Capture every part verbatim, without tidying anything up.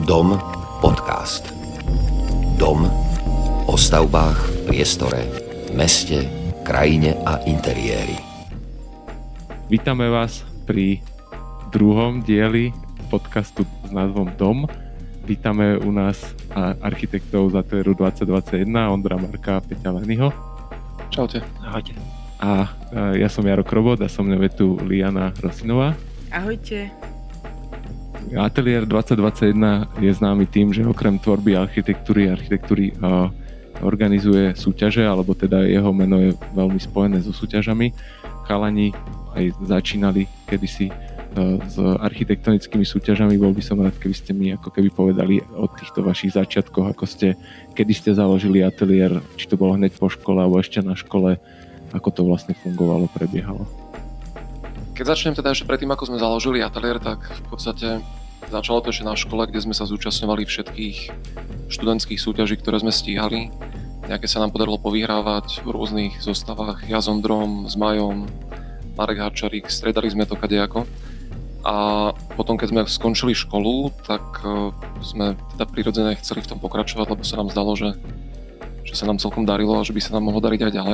Dom podcast. Dom o stavbách, priestore, meste, krajine a interiéri. Vítame vás pri druhom dieli podcastu s názvom Dom. Vítame u nás architektov z ateliéru dvadsať dvadsaťjeden, Ondra Marka a Peťa Lenyho. Čaute. Ahojte. A ja som Jaro Krobot a so mnou je tu Liana Rosinová. Ahojte. Ateliér dvadsať dvadsaťjeden je známy tým, že okrem tvorby architektúry architektúry uh, organizuje súťaže, alebo teda jeho meno je veľmi spojené so súťažami. Chalani aj začínali kedysi uh, s architektonickými súťažami. Bol by som rád, keby ste mi ako keby povedali o týchto vašich začiatkoch, ako ste, kedy ste založili ateliér, či to bolo hneď po škole, alebo ešte na škole, ako to vlastne fungovalo, prebiehalo. Keď začnem teda ešte predtým, ako sme založili ateliér, tak v podstate začalo to ešte na škole, kde sme sa zúčastňovali všetkých študentských súťaží, ktoré sme stíhali. Nejaké sa nám podarilo povyhrávať v rôznych zostavách. Ja s Ondrom, s Majom, Marek Harčarík, stredali sme to kadejako. A potom, keď sme skončili školu, tak sme teda prirodzene chceli v tom pokračovať, lebo sa nám zdalo, že, že sa nám celkom darilo a že by sa nám mohlo dariť aj ďalej.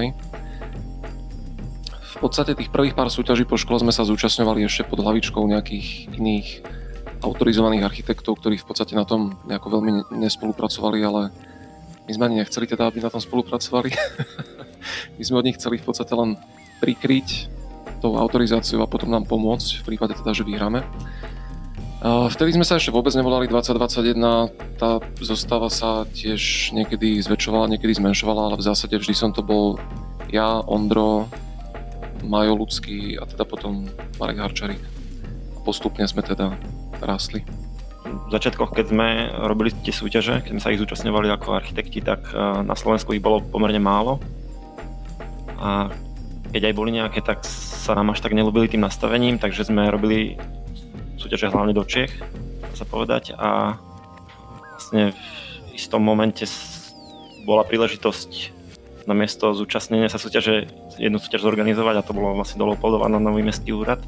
V podstate tých prvých pár súťaží po škole sme sa zúčastňovali ešte pod hlavičkou nejakých iných autorizovaných architektov, ktorí v podstate na tom nejako veľmi nespolupracovali, ale my sme ani nechceli teda, aby na tom spolupracovali. My sme od nich chceli v podstate len prikryť tou autorizáciou a potom nám pomôcť v prípade teda, že vyhráme. Vtedy sme sa ešte vôbec nevolali dvadsať dvadsaťjeden, tá zostava sa tiež niekedy zväčšovala, niekedy zmenšovala, ale v zásade vždy som to bol ja, Ondro, Majo Ľudský a teda potom Marek Harčarík. Postupne sme teda rástli. V začiatkoch, keď sme robili tie súťaže, keď sme sa ich zúčastňovali ako architekti, tak na Slovensku ich bolo pomerne málo. A keď aj boli nejaké, tak sa nám až tak nelúbili tým nastavením, takže sme robili súťaže hlavne do Čiech, dá sa povedať. A vlastne v istom momente bola príležitosť namiesto zúčastnenia sa súťaže jednu súťaž zorganizovať, a to bolo vlastne do Leopoldova na Nový mestský úrad.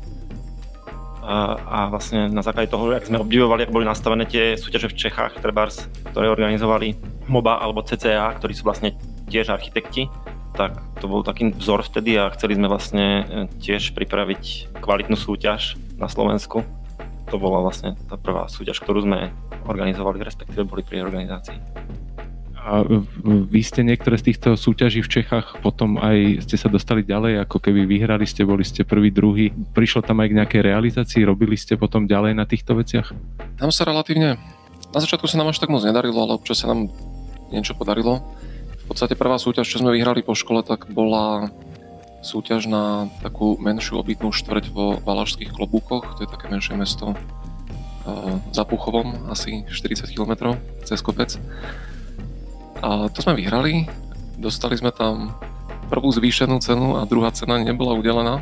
A, a vlastne na základe toho, jak sme obdivovali, ako boli nastavené tie súťaže v Čechách, trebárs, ktoré organizovali MOBA alebo cé cé á, ktorí sú vlastne tiež architekti, tak to bol taký vzor vtedy a chceli sme vlastne tiež pripraviť kvalitnú súťaž na Slovensku. To bola vlastne tá prvá súťaž, ktorú sme organizovali, respektíve boli pri organizácii. A vy ste niektoré z týchto súťaží v Čechách potom aj ste sa dostali ďalej, ako keby vyhrali ste, boli ste prvý, druhý. Prišlo tam aj k nejakej realizácii, robili ste potom ďalej na týchto veciach? Tam sa relatívne, na začiatku sa nám až tak moc nedarilo, ale občas sa nám niečo podarilo. V podstate prvá súťaž, čo sme vyhrali po škole, tak bola súťaž na takú menšiu obytnú štvrť vo Valašských Klobúkoch, to je také menšie mesto za Puchovom, asi štyridsať kilometrov cez kopec. A to sme vyhrali, dostali sme tam prvú zvýšenú cenu a druhá cena nebola udelená.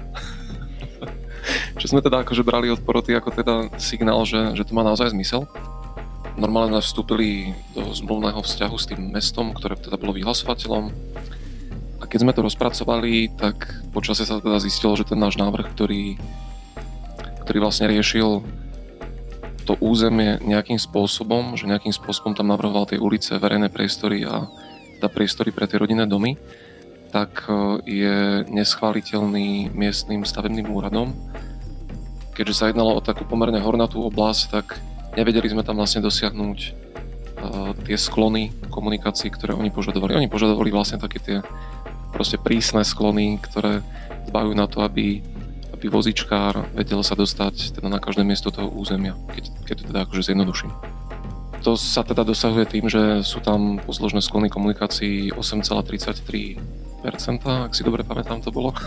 Čo sme teda akože brali od poroty ako teda signál, že, že to má naozaj zmysel. Normálne sme vstúpili do zmluvného vzťahu s tým mestom, ktoré teda bolo vyhlasovateľom. A keď sme to rozpracovali, tak počasie sa teda zistilo, že ten náš návrh, ktorý, ktorý vlastne riešil to územie nejakým spôsobom, že nejakým spôsobom tam navrhoval tie ulice, verejné priestory a teda priestory pre tie rodinné domy, tak je neschváliteľný miestnym stavebným úradom. Keďže sa jednalo o takú pomerne hornatú oblasť, tak nevedeli sme tam vlastne dosiahnuť uh, tie sklony komunikácií, ktoré oni požadovali. Oni požadovali vlastne také tie proste prísne sklony, ktoré dbajú na to, aby aby vozičkár vedel sa dostať teda na každé miesto toho územia, keď, keď to teda akože zjednoduším. To sa teda dosahuje tým, že sú tam posložné sklony komunikácií osem celá tridsaťtri percenta, ak si dobre pamätám to bolo.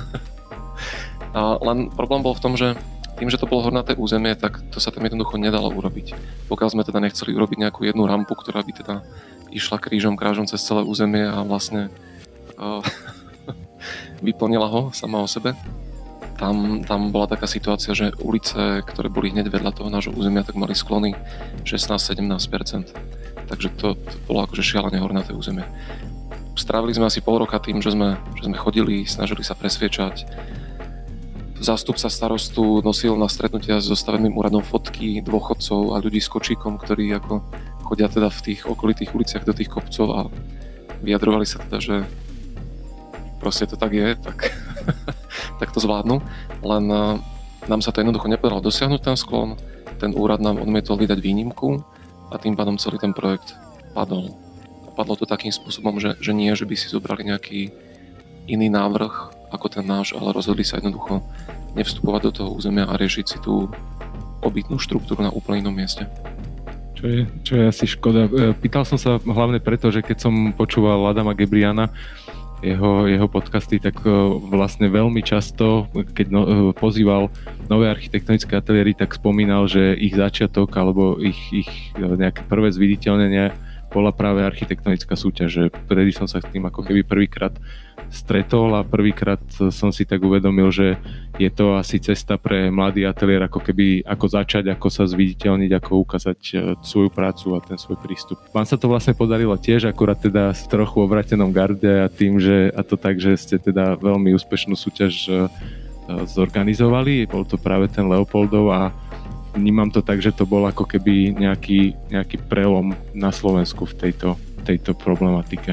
A len problém bol v tom, že tým, že to bolo hornaté územie, tak to sa tam jednoducho nedalo urobiť. Pokiaľ sme teda nechceli urobiť nejakú jednu rampu, ktorá by teda išla krížom krážom cez celé územie a vlastne uh, vyplnila ho sama o sebe. Tam, tam bola taká situácia, že ulice, ktoré boli hneď vedľa toho nášho územia, tak mali sklony šestnásť až sedemnásť percent. Takže to, to bolo akože šialene hornaté územie. Strávili sme asi pol roka tým, že sme, že sme chodili, snažili sa presviečať zástupca starostu nosil na stretnutia s zostaveným úradom fotky dôchodcov a ľudí s kočíkom, ktorí ako chodia teda v tých okolitých uliciach do tých kopcov a vyjadrovali sa teda, že proste to tak je, tak, tak to zvládnu. Len nám sa to jednoducho nepodarilo dosiahnuť ten sklon, ten úrad nám odmietol vydať výnimku a tým pádom celý ten projekt padol. A padlo to takým spôsobom, že, že nie, že by si zobrali nejaký iný návrh ako ten náš, ale rozhodli sa jednoducho nevstupovať do toho územia a riešiť si tú obytnú štruktúru na úplne inom mieste. Čo je, čo je asi škoda. Pýtal som sa hlavne preto, že keď som počúval Adama Gebriana, jeho, jeho podcasty, tak vlastne veľmi často, keď no, pozýval nové architektonické ateliéry, tak spomínal, že ich začiatok alebo ich, ich nejaké prvé zviditeľnenie bola práve architektonická súťaž, že vtedy som sa s tým ako keby prvýkrát stretol a prvýkrát som si tak uvedomil, že je to asi cesta pre mladý ateliér, ako keby ako začať, ako sa zviditeľniť, ako ukázať svoju prácu a ten svoj prístup. Vám sa to vlastne podarilo tiež, akurát teda v trochu obratenom garde a tým, že a to tak, že ste teda veľmi úspešnú súťaž zorganizovali, bol to práve ten Leopoldov a vnímam to tak, že to bol ako keby nejaký, nejaký prelom na Slovensku v tejto, tejto problematike.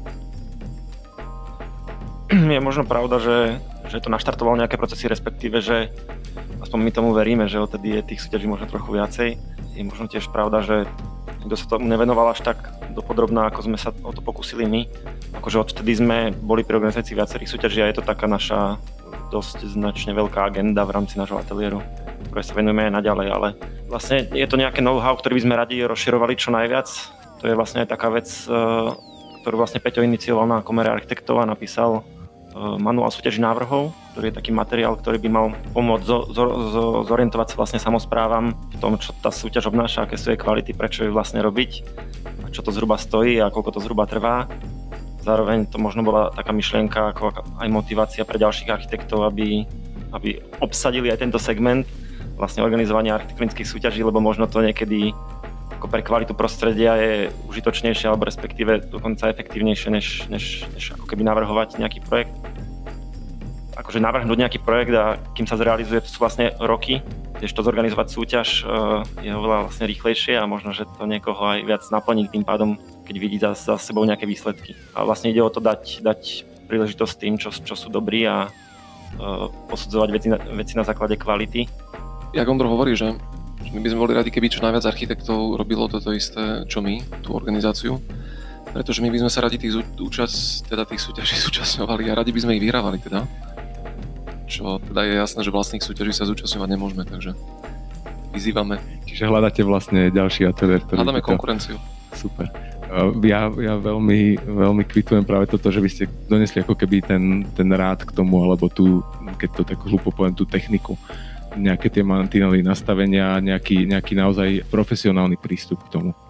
Je možno pravda, že, že to naštartovalo nejaké procesy, respektíve, že aspoň my tomu veríme, že odtedy je tých súťaží možno trochu viacej. Je možno tiež pravda, že kto sa tomu nevenoval až tak dopodrobná, ako sme sa o to pokúsili my. Akože odtedy sme boli pri organizácii viacerých súťaží a je to taká naša dosť značne veľká agenda v rámci nášho ateliéru, ktoré sa venujeme aj naďalej, ale vlastne je to nejaké know-how, ktorý by sme radi rozširovali čo najviac. To je vlastne aj taká vec, ktorú vlastne Peťo inicioval na Komore architektov a napísal manuál súťaží návrhov, ktorý je taký materiál, ktorý by mal pomôcť zo, zo, zo, zorientovať sa vlastne samosprávam v tom, čo tá súťaž obnáša, aké sú jej kvality, prečo ju vlastne robiť, a čo to zhruba stojí a koľko to zhruba trvá. Zároveň to možno bola taká myšlienka ako aj motivácia pre ďalších architektov, aby, aby obsadili aj tento segment vlastne organizovania architektonických súťaží, lebo možno to niekedy ako pre kvalitu prostredia je užitočnejšie alebo respektíve dokonca efektívnejšie, než, než, než ako keby navrhovať nejaký projekt. Akože navrhnúť nejaký projekt a kým sa zrealizuje, to sú vlastne roky, tiež to zorganizovať súťaž je oveľa vlastne rýchlejšie a možno, že to niekoho aj viac naplní tým pádom, keď vidí za, za sebou nejaké výsledky. A vlastne ide o to dať, dať príležitosť tým, čo, čo sú dobrí a uh, posudzovať veci na, veci na základe kvality. Jak Ondro hovorí, že my by sme boli radi, keby čo najviac architektov robilo toto isté, čo my, tú organizáciu. Pretože my by sme sa radi tých, účast, teda tých súťaží zúčastňovali a radi by sme ich vyhrávali teda. Čo teda je jasné, že vlastných súťaží sa zúčastňovať nemôžeme, takže vyzývame. Čiže hľadáte vlastne ďalší ateliér, ktorý... Hľadáme konkurenciu. Super. Ja, ja veľmi, veľmi kvitujem práve toto, že by ste donesli ako keby ten, ten rád k tomu, alebo tú, keď to tak hlúpo poviem, tú techniku, nejaké tie mantinely nastavenia, nejaký, nejaký naozaj profesionálny prístup k tomu.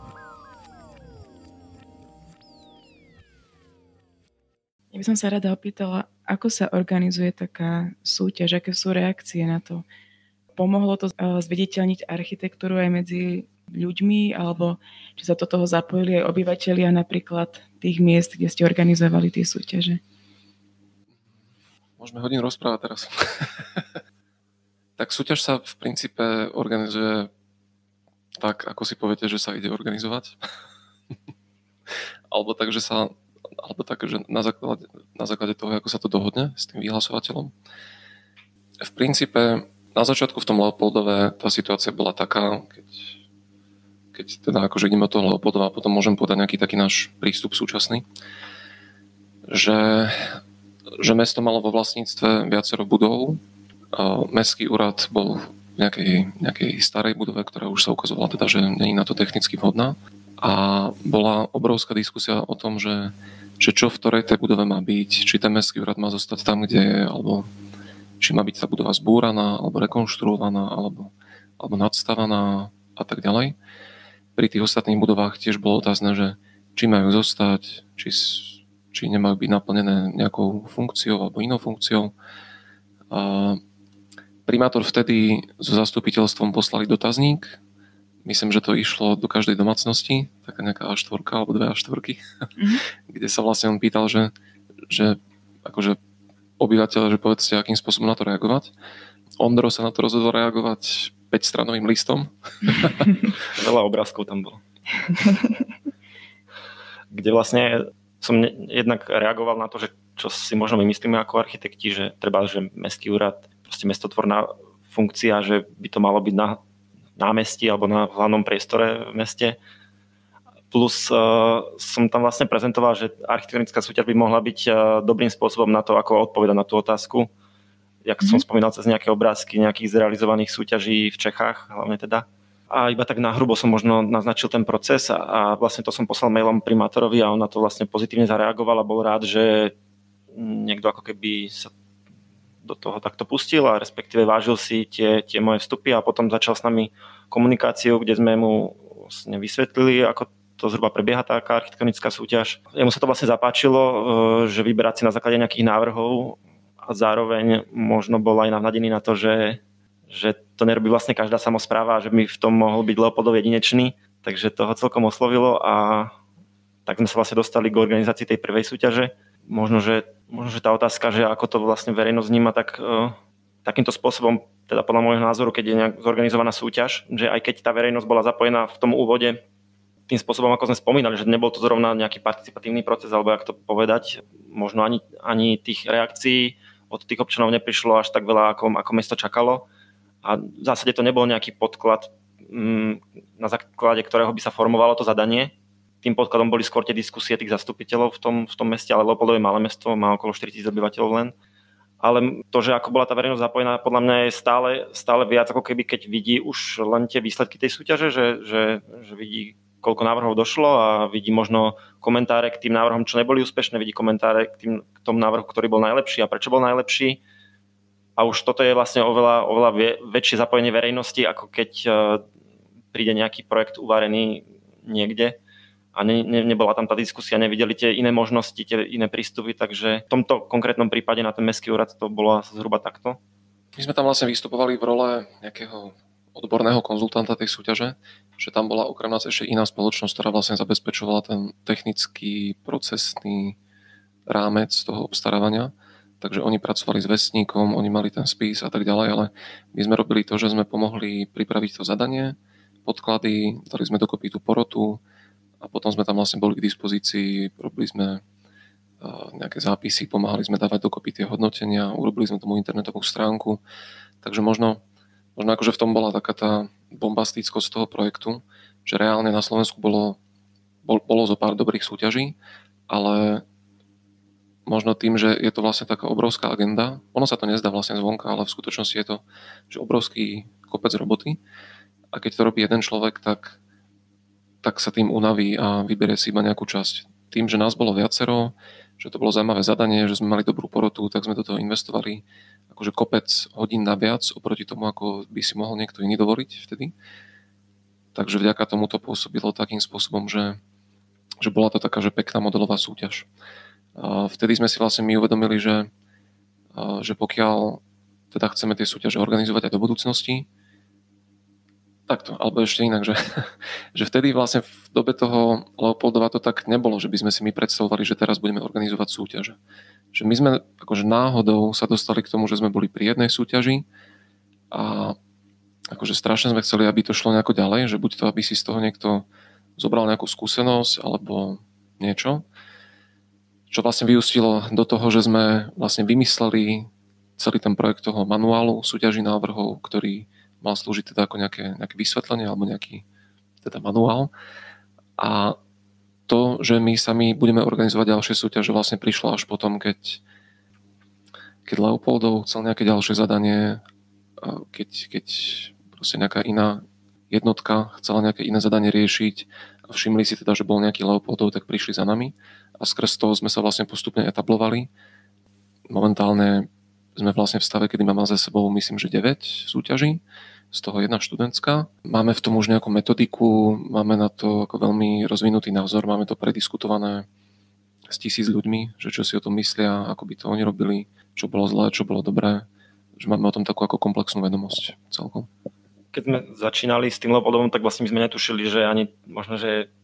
Ja by som sa rada opýtala, ako sa organizuje taká súťaž, aké sú reakcie na to? Pomohlo to zviditeľniť architektúru aj medzi ľuďmi, alebo či sa do toho zapojili aj obyvatelia napríklad tých miest, kde ste organizovali tie súťaže? Môžeme hodinu rozprávať teraz. Tak súťaž sa v princípe organizuje tak, ako si poviete, že sa ide organizovať. alebo tak, že sa alebo tak, že na základe, na základe toho, ako sa to dohodne s tým vyhlasovateľom. V princípe na začiatku v tom Leopoldove tá situácia bola taká, keď keď teda akože ideme od toho Leopoldova a potom môžem povedať nejaký taký náš prístup súčasný, že, že mesto malo vo vlastníctve viacero budov. Mestský úrad bol v nejakej, nejakej starej budove, ktorá už sa ukazovala teda, že nie je na to technicky vhodná. A bola obrovská diskusia o tom, že, že čo v ktorej tej budove má byť, či ten mestský úrad má zostať tam, kde je, alebo či má byť tá budova zbúraná, alebo rekonštruovaná, alebo, alebo nadstavaná a tak ďalej. Pri tých ostatných budovách tiež bolo otázne, že či majú zostať, či, či nemajú byť naplnené nejakou funkciou alebo inou funkciou. A primátor vtedy so zastupiteľstvom poslali dotazník. Myslím, že to išlo do každej domácnosti, taká nejaká á štyri alebo dve á štyri, mm-hmm. kde sa vlastne on pýtal, že, že akože obyvateľe, že povedzte, akým spôsobom na to reagovať. Ondro sa na to rozhodol reagovať päťstranovým listom. Veľa obrázkov tam bolo. Kde vlastne som ne, jednak reagoval na to, že čo si možno vymyslíme ako architekti, že treba, že mestský úrad, proste mestotvorná funkcia, že by to malo byť na námestí alebo na hlavnom priestore v meste. Plus uh, som tam vlastne prezentoval, že architektonická súťaž by mohla byť uh, dobrým spôsobom na to, ako odpovedať na tú otázku. Jak mm-hmm. som spomínal cez nejaké obrázky nejakých zrealizovaných súťaží v Čechách, hlavne teda. A iba tak nahrubo som možno naznačil ten proces a, a vlastne to som poslal mailom primátorovi a on na to vlastne pozitívne zareagoval a bol rád, že niekto ako keby sa do toho takto pustil a respektíve vážil si tie, tie moje vstupy a potom začal s nami komunikáciu, kde sme mu vlastne vysvetlili, ako to zhruba prebieha taká architektonická súťaž. Jemu sa to vlastne zapáčilo, že vyberať si na základe nejakých návrhov a zároveň možno bol aj navnadený na to, že že to nerobí vlastne každá samospráva a že by v tom mohol byť Leopoldov jedinečný. Takže to ho celkom oslovilo a tak sme sa vlastne dostali k organizácii tej prvej súťaže. Možno, že, možno, že tá otázka, že ako to vlastne verejnosť vníma, tak uh, takýmto spôsobom, teda podľa môjho názoru, keď je nejak zorganizovaná súťaž, že aj keď tá verejnosť bola zapojená v tom úvode tým spôsobom, ako sme spomínali, že nebol to zrovna nejaký participatívny proces, alebo jak to povedať, možno ani, ani tých reakcií od tých občanov neprišlo až tak veľa, ako, ako mesto čakalo. A v zásade to nebol nejaký podklad, na základe ktorého by sa formovalo to zadanie. Tým podkladom boli skôr tie diskusie tých zastupiteľov v tom, v tom meste, ale Leopoldov je malé mesto, má okolo štyritisíc obyvateľov len. Ale to, že ako bola tá verejnosť zapojená, podľa mňa je stále, stále viac, ako keby keď vidí už len tie výsledky tej súťaže, že, že, že vidí, koľko návrhov došlo a vidí možno komentáre k tým návrhom, čo neboli úspešné, vidí komentáre k, tým, k tomu návrhu, ktorý bol najlepší a prečo bol najlepší. A už toto je vlastne oveľa, oveľa väčšie zapojenie verejnosti, ako keď príde nejaký projekt uvarený niekde a ne, ne, nebola tam tá diskusia, nevideli tie iné možnosti, tie iné prístupy, takže v tomto konkrétnom prípade na ten mestský úrad to bolo zhruba takto. My sme tam vlastne vystupovali v role nejakého odborného konzultanta tej súťaže, že tam bola okrem nás ešte iná spoločnosť, ktorá vlastne zabezpečovala ten technický, procesný rámec toho obstarávania. Takže oni pracovali s vestníkom, oni mali ten spis a tak ďalej, ale my sme robili to, že sme pomohli pripraviť to zadanie, podklady, dali sme dokopy tú porotu a potom sme tam vlastne boli k dispozícii, robili sme nejaké zápisy, pomáhali sme dávať dokopy tie hodnotenia, urobili sme tomu internetovú stránku, takže možno, možno akože v tom bola taká tá bombastickosť toho projektu, že reálne na Slovensku bolo, bol, bolo zo pár dobrých súťaží, ale možno tým, že je to vlastne taká obrovská agenda. Ono sa to nezdá vlastne zvonka, ale v skutočnosti je to že obrovský kopec roboty. A keď to robí jeden človek, tak, tak sa tým unaví a vyberie si iba nejakú časť. Tým, že nás bolo viacero, že to bolo zaujímavé zadanie, že sme mali dobrú porotu, tak sme do toho investovali akože kopec hodín naviac oproti tomu, ako by si mohol niekto iný dovoliť vtedy. Takže vďaka tomu to pôsobilo takým spôsobom, že, že bola to taká že pekná modelová súťaž. A vtedy sme si vlastne my uvedomili, že, že pokiaľ teda chceme tie súťaže organizovať aj do budúcnosti, takto, alebo ešte inak, že, že vtedy vlastne v dobe toho Leopoldova to tak nebolo, že by sme si my predstavovali, že teraz budeme organizovať súťaže. Že my sme akože náhodou sa dostali k tomu, že sme boli pri jednej súťaži a akože strašne sme chceli, aby to šlo nejako ďalej, že buď to, aby si z toho niekto zobral nejakú skúsenosť alebo niečo, čo vlastne vyústilo do toho, že sme vlastne vymysleli celý ten projekt toho manuálu súťaží návrhov, ktorý mal slúžiť teda ako nejaké, nejaké vysvetlenie alebo nejaký teda manuál. A to, že my sami budeme organizovať ďalšie súťaže, vlastne prišlo až potom, keď, keď Leopoldov chcel nejaké ďalšie zadanie, keď, keď proste nejaká iná jednotka chcela nejaké iné zadanie riešiť a všimli si teda, že bol nejaký Leopoldov, tak prišli za nami. A skrz toho sme sa vlastne postupne etablovali. Momentálne sme vlastne v stave, kedy máme za sebou, myslím, že deväť súťaží, z toho jedna študentská. Máme v tom už nejakú metodiku, máme na to ako veľmi rozvinutý názor, máme to prediskutované s tisíc ľuďmi, že čo si o tom myslia, ako by to oni robili, čo bolo zlé, čo bolo dobré, že máme o tom takú ako komplexnú vedomosť celkom. Keď sme začínali s tým Leopoldovom, tak vlastne my sme netušili, že ani možno, že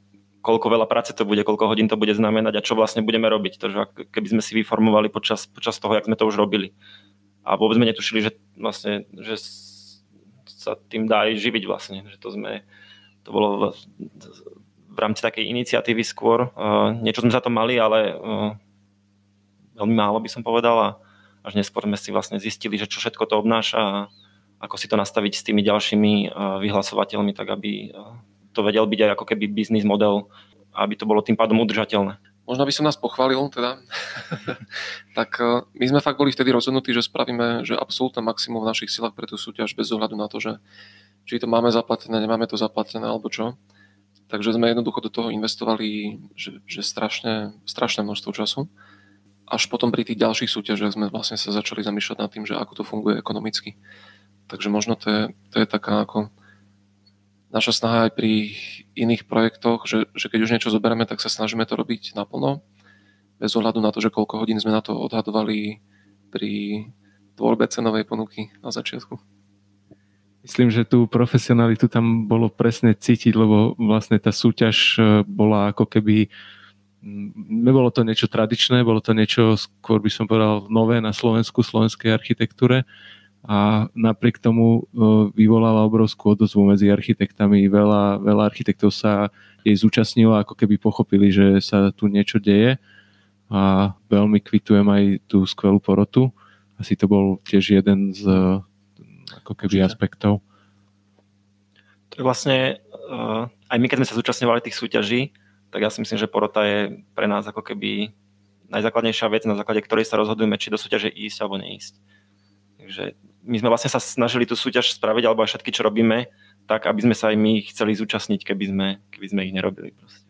koľko veľa práce to bude, koľko hodín to bude znamenať a čo vlastne budeme robiť. To, že keby sme si vyformovali počas, počas toho, jak sme to už robili. A vôbec sme netušili, že vlastne, že sa tým dá aj živiť vlastne. Že to sme, to bolo v, v rámci takej iniciatívy skôr. Uh, niečo sme za to mali, ale uh, veľmi málo by som povedal a až neskôr sme si vlastne zistili, že čo všetko to obnáša a ako si to nastaviť s tými ďalšími uh, vyhlasovateľmi, tak aby uh, to vedel byť aj ako keby biznis model, aby to bolo tým pádom udržateľné. Možno by som nás pochválil teda. Tak my sme fakt boli vtedy rozhodnutí, že spravíme že absolútne maximum v našich silách pre tú súťaž bez ohľadu na to, že či to máme zaplatené, nemáme to zaplatené alebo čo. Takže sme jednoducho do toho investovali že, že strašne, strašné množstvo času. Až potom pri tých ďalších súťažiach sme vlastne sa začali zamýšľať nad tým, že ako to funguje ekonomicky. Takže možno to je, to je taká ako naša snaha aj pri iných projektoch, že, že keď už niečo zoberieme, tak sa snažíme to robiť naplno, bez ohľadu na to, že koľko hodín sme na to odhadovali pri tvorbe cenovej ponuky na začiatku. Myslím, že tú profesionalitu tam bolo presne cítiť, lebo vlastne tá súťaž bola ako keby, nebolo to niečo tradičné, bolo to niečo, skôr by som povedal, nové na Slovensku, slovenskej architektúre. A napriek tomu vyvolala obrovskú odozvu medzi architektami. Veľa, veľa architektov sa jej zúčastnilo, ako keby pochopili, že sa tu niečo deje. A veľmi kvitujem aj tú skvelú porotu. Asi to bol tiež jeden z ako keby aspektov. To je vlastne, aj my keď sme sa zúčastňovali tých súťaží, tak ja si myslím, že porota je pre nás ako keby najzákladnejšia vec, na základe ktorej sa rozhodujeme, či do súťaže ísť alebo neísť. Takže my sme vlastne sa snažili tú súťaž spraviť, alebo aj všetky, čo robíme, tak, aby sme sa aj my chceli zúčastniť, keby sme, keby sme ich nerobili. Proste.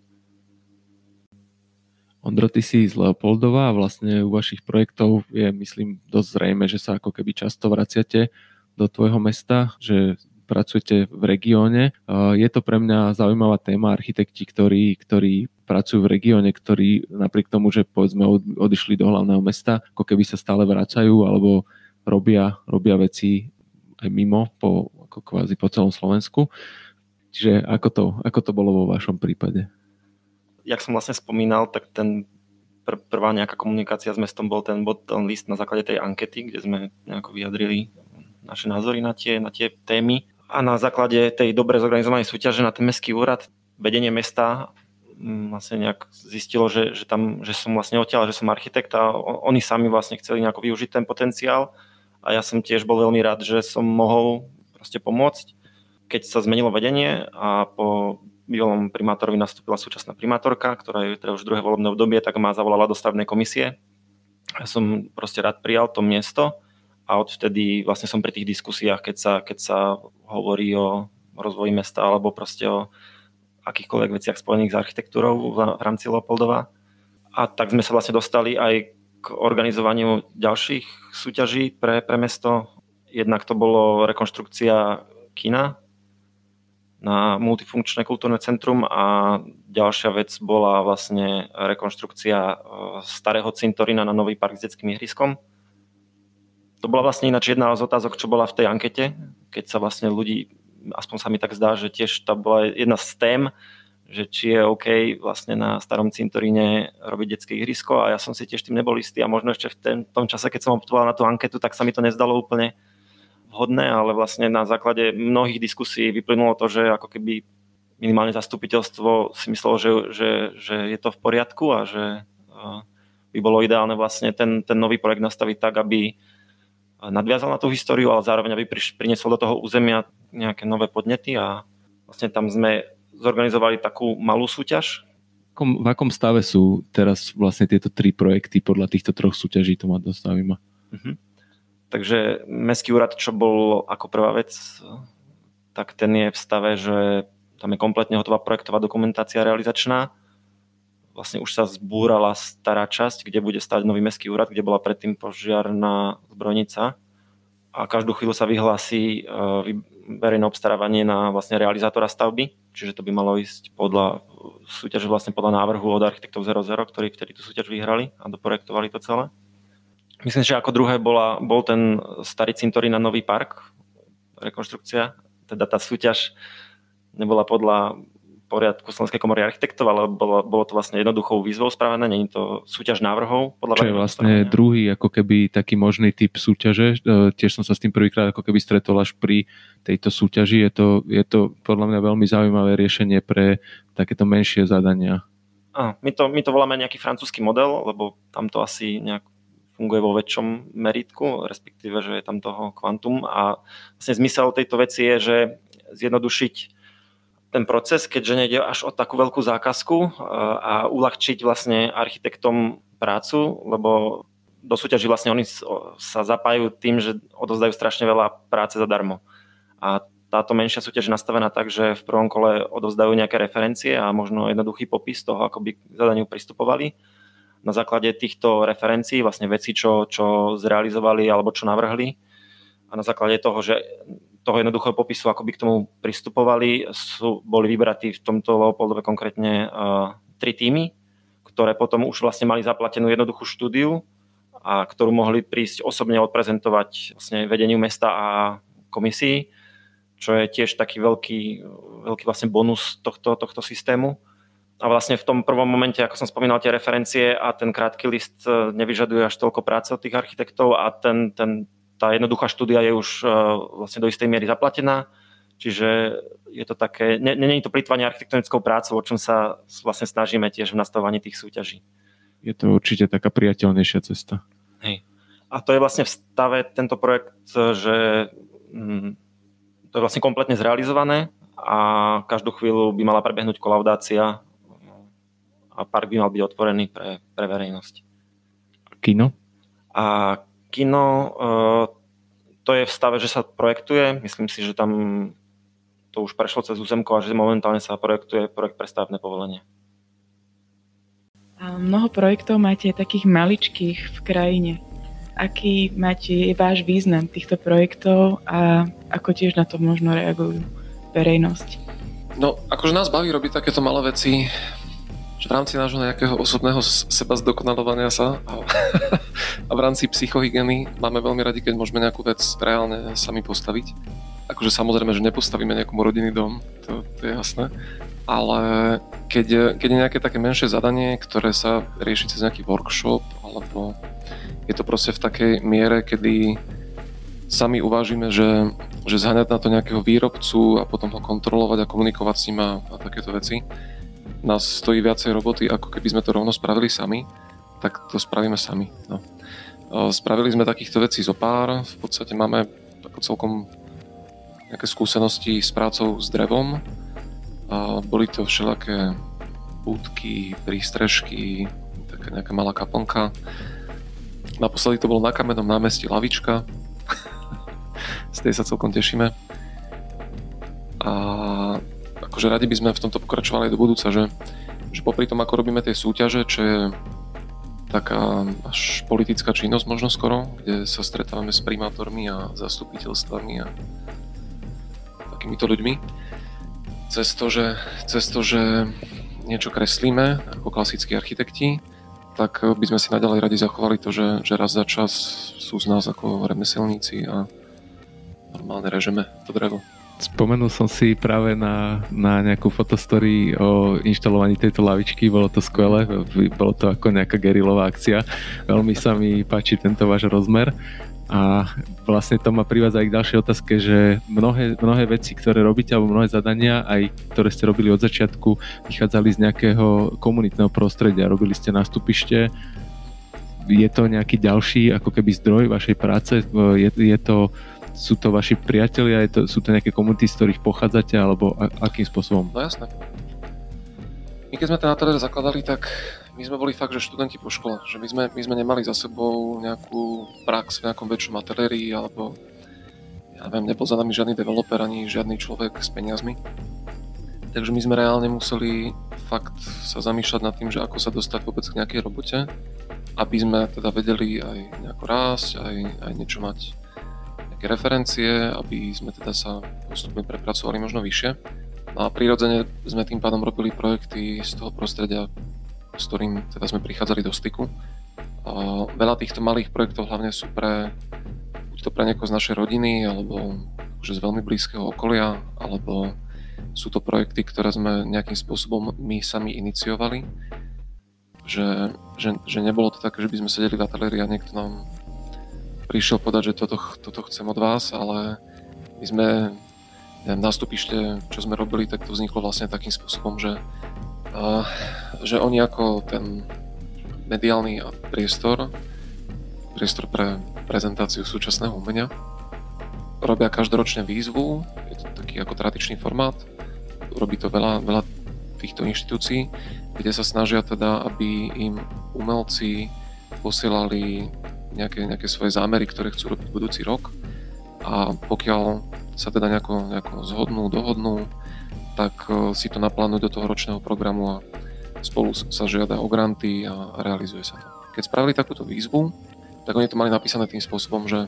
Ondro, ty si z Leopoldova a vlastne u vašich projektov je, myslím, dosť zrejme, že sa ako keby často vraciate do tvojho mesta, že pracujete v regióne. Je to pre mňa zaujímavá téma, architekti, ktorí, ktorí pracujú v regióne, ktorí napriek tomu, že povedzme odišli do hlavného mesta, ako keby sa stále vracajú, alebo robia, robia veci aj mimo, po, ako kvázi po celom Slovensku. Čiže ako to, ako to bolo vo vašom prípade? Jak som vlastne spomínal, tak ten pr- prvá nejaká komunikácia s mestom bol ten, ten list na základe tej ankety, kde sme nejako vyjadrili naše názory na tie, na tie témy. A na základe tej dobre zorganizovanej súťaže na ten mestský úrad vedenie mesta vlastne nejak zistilo, že, že, tam, že som vlastne odtiaľ, že som architekt a oni sami vlastne chceli nejako využiť ten potenciál. A ja som tiež bol veľmi rád, že som mohol proste pomôcť. Keď sa zmenilo vedenie a po bývalom primátorovi nastúpila súčasná primátorka, ktorá je teda už druhé volebné obdobie, tak ma zavolala do stavebnej komisie. Ja som proste rád prijal to miesto a odvtedy vlastne som pri tých diskusiách, keď sa, keď sa hovorí o rozvoji mesta alebo proste o akýchkoľvek veciach spojených s architektúrou v rámci Leopoldova. A tak sme sa vlastne dostali aj k organizovaniu ďalších súťaží pre, pre mesto. Jednak to bolo rekonštrukcia kina na multifunkčné kultúrne centrum a ďalšia vec bola vlastne rekonštrukcia starého cintorína na nový park s detským ihriskom. To bola vlastne ináč jedna z otázok, čo bola v tej ankete, keď sa vlastne ľudí, aspoň sa mi tak zdá, že tiež to bola jedna z tém, že či je OK vlastne na starom cintoríne robiť detské ihrisko a ja som si tiež tým nebol istý a možno ešte v ten, tom čase, keď som odpovedal na tú anketu, tak sa mi to nezdalo úplne vhodné, ale vlastne na základe mnohých diskusí vyplynulo to, že ako keby minimálne zastupiteľstvo si myslelo, že, že, že je to v poriadku a že by bolo ideálne vlastne ten, ten nový projekt nastaviť tak, aby nadviazal na tú históriu, ale zároveň aby priniesol do toho územia nejaké nové podnety a vlastne tam sme zorganizovali takú malú súťaž. V akom stave sú teraz vlastne tieto tri projekty podľa týchto troch súťaží? To ma dosť zaujíma. Uh-huh. Takže mestský úrad, čo bol ako prvá vec, tak ten je v stave, že tam je kompletne hotová projektová dokumentácia realizačná. Vlastne už sa zbúrala stará časť, kde bude stať nový mestský úrad, kde bola predtým požiarna zbrojnica. A každú chvíľu sa vyhlási verejné obstarávanie na vlastne realizátora stavby, čiže to by malo ísť podľa súťaže vlastne podľa návrhu od architektov zero zero, ktorí vtedy tú súťaž vyhrali a doprojektovali to celé. Myslím, že ako druhé bola, bol ten starý cintorín na nový park, rekonštrukcia, teda tá súťaž nebola podľa poriadku Slovenskej komory architektov, ale bolo, bolo to vlastne jednoduchou výzvou spravené, nie je to súťaž návrhov. Podľa Čo je vlastne druhý ako keby taký možný typ súťaže. Tiež som sa s tým prvýkrát ako keby stretol až pri tejto súťaži. Je to, je to podľa mňa veľmi zaujímavé riešenie pre takéto menšie zadania. A, my, to, my to voláme nejaký francúzsky model, lebo tam to asi nejak funguje vo väčšom meritku, respektíve, že je tam toho kvantum. A vlastne zmysel tejto veci je, že zjednodušiť ten proces, keďže nejde až o takú veľkú zákazku a uľahčiť vlastne architektom prácu, lebo do súťaži vlastne oni sa zapájajú tým, že odovzdajú strašne veľa práce zadarmo. A táto menšia súťaž je nastavená tak, že v prvom kole odovzdajú nejaké referencie a možno jednoduchý popis toho, ako by k zadaniu pristupovali. Na základe týchto referencií, vlastne veci, čo, čo zrealizovali alebo čo navrhli, a na základe toho, že toho jednoduchého popisu, ako by k tomu pristupovali, sú, boli vybratí v tomto Leopoldove konkrétne uh, tri týmy, ktoré potom už vlastne mali zaplatenú jednoduchú štúdiu, a ktorú mohli prísť osobne odprezentovať vlastne vedeniu mesta a komisii, čo je tiež taký veľký, veľký vlastne bonus tohto, tohto systému. A vlastne v tom prvom momente, ako som spomínal, tie referencie a ten krátky list nevyžaduje až toľko práce od tých architektov a ten, ten, tá jednoduchá štúdia je už vlastne do istej miery zaplatená. Čiže je to také, nie, nie je to plýtvanie architektonickou prácou, o čom sa vlastne snažíme tiež v nastavovaní tých súťaží. Je to určite taká priateľnejšia cesta. Hej. A to je vlastne v stave tento projekt, že hm, to je vlastne kompletne zrealizované a každú chvíľu by mala prebehnúť kolaudácia a park by mal byť otvorený pre, pre verejnosť. Kino? A kino, to je v stave, že sa projektuje. Myslím si, že tam to už prešlo cez územko a že momentálne sa projektuje projekt pre stavebné povolenie. A mnoho projektov máte takých maličkých v krajine. Aký máte, je váš význam týchto projektov a ako tiež na to možno reagujú verejnosť? No, akože nás baví robiť takéto malé veci, že v rámci nášho nejakého osobného seba zdokonalovania sa a, a v rámci psychohygieny máme veľmi radi, keď môžeme nejakú vec reálne sami postaviť. Akože samozrejme, že nepostavíme nejakú rodinný dom, to, to je jasné, ale keď, keď je nejaké také menšie zadanie, ktoré sa rieši cez nejaký workshop, alebo je to proste v takej miere, kedy sami uvážime, že, že zháňať na to nejakého výrobcu a potom ho kontrolovať a komunikovať s ním a, a takéto veci nás stojí viacej roboty, ako keby sme to rovno spravili sami, tak to spravíme sami. No. Spravili sme takýchto vecí zo pár, v podstate máme ako celkom nejaké skúsenosti s prácou s drevom. A boli to všelaké budky, prístrežky, taká nejaká malá kaplnka. Naposledy to bolo na Kamennom námestí lavička. Z tej sa celkom tešíme. A akože radi by sme v tomto pokračovali aj do budúca, že, že popri tom, ako robíme tie súťaže, čo je taká až politická činnosť možno skoro, kde sa stretávame s primátormi a zastupiteľstvami a takýmito ľuďmi, cez to, že, cez to, že niečo kreslíme ako klasickí architekti, tak by sme si naďalej radi zachovali to, že, že raz za čas sú z nás ako remeselníci a normálne režeme to drevo. Spomenul som si práve na, na nejakú fotostory o inštalovaní tejto lavičky, bolo to skvelé, bolo to ako nejaká gerilová akcia, veľmi sa mi páči tento váš rozmer a vlastne to ma privádza aj k ďalšej otázke, že mnohé, mnohé veci, ktoré robíte, alebo mnohé zadania, aj ktoré ste robili od začiatku, vychádzali z nejakého komunitného prostredia, robili ste nástupište, je to nejaký ďalší ako keby zdroj vašej práce, je, je to sú to vaši priatelia, je to, sú to nejaké komunity, z ktorých pochádzate, alebo a, akým spôsobom? No jasné. My keď sme ten ateliér zakladali, tak my sme boli fakt, že študenti po škole, že my sme, my sme nemali za sebou nejakú prax v nejakom väčšom ateliéri, alebo ja neviem, nebol za nami žiadny developer, ani žiadny človek s peniazmi. Takže my sme reálne museli fakt sa zamýšľať nad tým, že ako sa dostať vôbec k nejakej robote, aby sme teda vedeli aj nejako rásť, aj, aj niečo mať referencie, aby sme teda sa postupne prepracovali možno vyššie. No a prirodzene sme tým pádom robili projekty z toho prostredia, s ktorým teda sme prichádzali do styku. A veľa týchto malých projektov hlavne sú pre, buď to pre niekoho z našej rodiny, alebo akože z veľmi blízkeho okolia, alebo sú to projekty, ktoré sme nejakým spôsobom my sami iniciovali. Že, že, že nebolo to také, že by sme sedeli v ateliéri a niekto nám prišiel povedať, že toto, toto chcem od vás, ale my sme neviem, na stupište, čo sme robili, tak to vzniklo vlastne takým spôsobom, že, uh, že oni ako ten mediálny priestor, priestor pre prezentáciu súčasného umenia, robia každoročne výzvu, je to taký ako tradičný formát, robí to veľa, veľa týchto inštitúcií, kde sa snažia teda, aby im umelci posielali nejaké, nejaké svoje zámery, ktoré chcú robiť budúci rok, a pokiaľ sa teda nejako, nejako zhodnú, dohodnú, tak si to naplánujú do toho ročného programu a spolu sa žiada o granty a realizuje sa to. Keď spravili takúto výzvu, tak oni to mali napísané tým spôsobom, že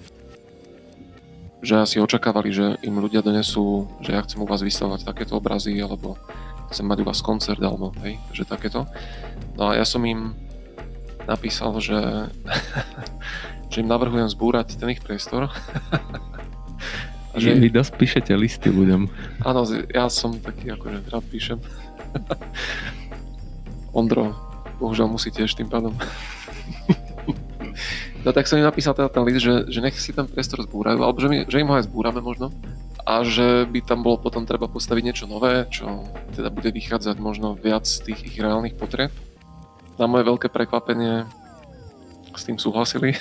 že asi očakávali, že im ľudia donesú, že ja chcem u vás vystavovať takéto obrazy, alebo chcem mať u vás koncert, alebo hej, že takéto. No a ja som im napísal, že, že im navrhujem zbúrať ten ich priestor. A že vy dosť píšete listy ľuďom. Áno, ja som taký, akože rád píšem. Ondro, bohužiaľ musí tiež tým pádom. No tak som im napísal teda ten list, že, že nech si ten priestor zbúrajú, alebo že, my, že im ho aj zbúrame možno. A že by tam bolo potom treba postaviť niečo nové, čo teda bude vychádzať možno viac z tých ich reálnych potrieb. Na moje veľké prekvapenie s tým súhlasili.